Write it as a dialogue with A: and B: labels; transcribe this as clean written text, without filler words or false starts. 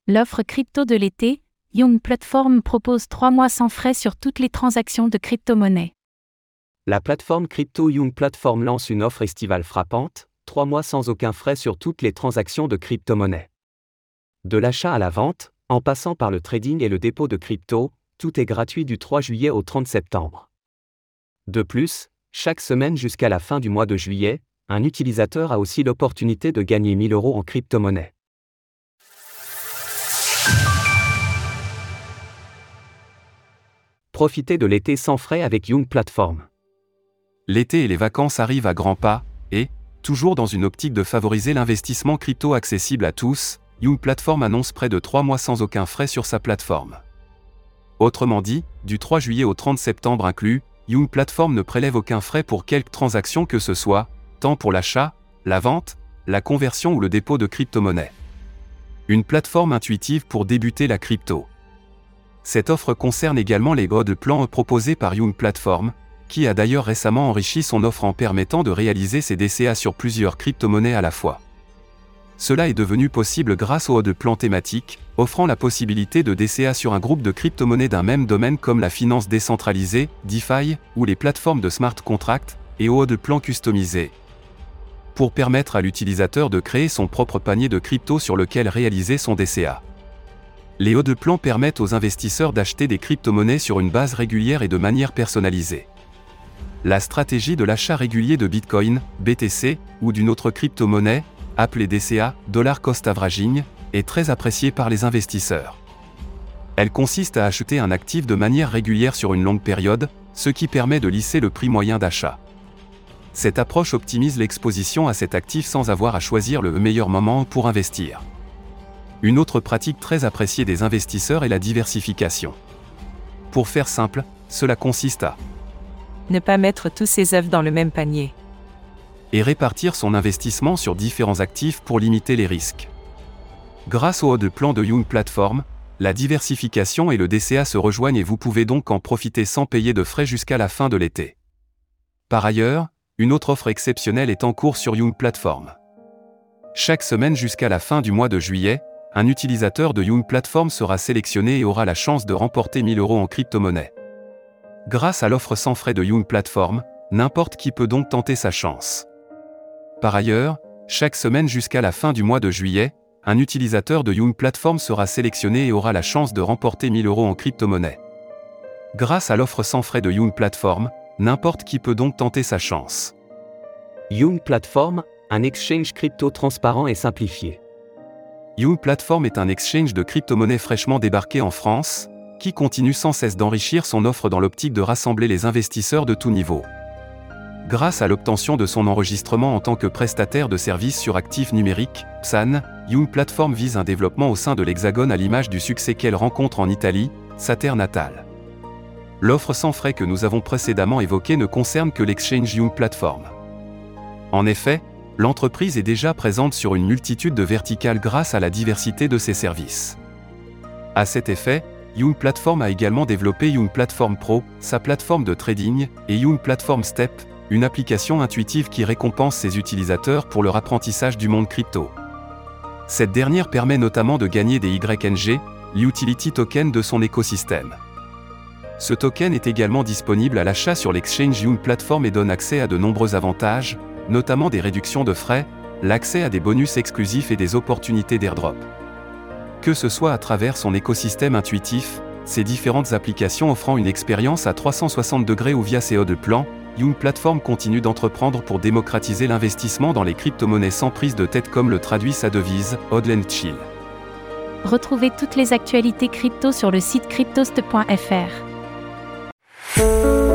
A: L'offre crypto de l'été, Young Platform propose 3 mois sans frais sur toutes les transactions de crypto-monnaies.
B: La plateforme crypto Young Platform lance une offre estivale frappante, 3 mois sans aucun frais sur toutes les transactions de crypto-monnaies. De l'achat à la vente, en passant par le trading et le dépôt de crypto, tout est gratuit du 3 juillet au 30 septembre. De plus, chaque semaine jusqu'à la fin du mois de juillet, un utilisateur a aussi l'opportunité de gagner 1 000 € en crypto-monnaie. Profitez de l'été sans frais avec Young Platform.
C: L'été et les vacances arrivent à grands pas, et, toujours dans une optique de favoriser l'investissement crypto accessible à tous, Young Platform annonce près de 3 mois sans aucun frais sur sa plateforme. Autrement dit, du 3 juillet au 30 septembre inclus, Young Platform ne prélève aucun frais pour quelque transaction que ce soit, tant pour l'achat, la vente, la conversion ou le dépôt de crypto-monnaies. Une plateforme intuitive pour débuter la crypto. Cette offre concerne également les de plans proposés par Young Platform, qui a d'ailleurs récemment enrichi son offre en permettant de réaliser ses DCA sur plusieurs crypto-monnaies à la fois. Cela est devenu possible grâce aux de plans thématiques, offrant la possibilité de DCA sur un groupe de crypto-monnaies d'un même domaine comme la finance décentralisée, DeFi, ou les plateformes de smart contracts, et aux de plans customisés. Pour permettre à l'utilisateur de créer son propre panier de crypto sur lequel réaliser son DCA. Les hauts de plan permettent aux investisseurs d'acheter des crypto-monnaies sur une base régulière et de manière personnalisée. La stratégie de l'achat régulier de Bitcoin, BTC, ou d'une autre crypto-monnaie, appelée DCA, Dollar Cost Averaging, est très appréciée par les investisseurs. Elle consiste à acheter un actif de manière régulière sur une longue période, ce qui permet de lisser le prix moyen d'achat. Cette approche optimise l'exposition à cet actif sans avoir à choisir le meilleur moment pour investir. Une autre pratique très appréciée des investisseurs est la diversification. Pour faire simple, cela consiste à
D: ne pas mettre tous ses œufs dans le même panier
C: et répartir son investissement sur différents actifs pour limiter les risques. Grâce au de plan de Young Platform, la diversification et le DCA se rejoignent et vous pouvez donc en profiter sans payer de frais jusqu'à la fin de l'été. Par ailleurs, une autre offre exceptionnelle est en cours sur Young Platform. Chaque semaine jusqu'à la fin du mois de juillet, un utilisateur de Young Platform sera sélectionné et aura la chance de remporter 1 000 € en crypto-monnaie. Grâce à l'offre sans frais de Young Platform, n'importe qui peut donc tenter sa chance. Par ailleurs, chaque semaine jusqu'à la fin du mois de juillet, un utilisateur de Young Platform sera sélectionné et aura la chance de remporter 1 000 € en crypto-monnaie. Grâce à l'offre sans frais de Young Platform, n'importe qui peut donc tenter sa chance.
B: Young Platform, un exchange crypto transparent et simplifié.
C: Young Platform est un exchange de crypto-monnaies fraîchement débarqué en France, qui continue sans cesse d'enrichir son offre dans l'optique de rassembler les investisseurs de tous niveaux. Grâce à l'obtention de son enregistrement en tant que prestataire de services sur actifs numériques, PSAN, Young Platform vise un développement au sein de l'Hexagone à l'image du succès qu'elle rencontre en Italie, sa terre natale. L'offre sans frais que nous avons précédemment évoquée ne concerne que l'exchange Young Platform. En effet, l'entreprise est déjà présente sur une multitude de verticales grâce à la diversité de ses services. À cet effet, Young Platform a également développé Young Platform Pro, sa plateforme de trading, et Young Platform Step, une application intuitive qui récompense ses utilisateurs pour leur apprentissage du monde crypto. Cette dernière permet notamment de gagner des YNG, l'utility token de son écosystème. Ce token est également disponible à l'achat sur l'exchange Young Platform et donne accès à de nombreux avantages, notamment des réductions de frais, l'accès à des bonus exclusifs et des opportunités d'airdrop. Que ce soit à travers son écosystème intuitif, ses différentes applications offrant une expérience à 360 degrés ou via ses de plan, Young Platform continue d'entreprendre pour démocratiser l'investissement dans les crypto-monnaies sans prise de tête comme le traduit sa devise, Hodl & Chill.
A: Retrouvez toutes les actualités crypto sur le site cryptost.fr.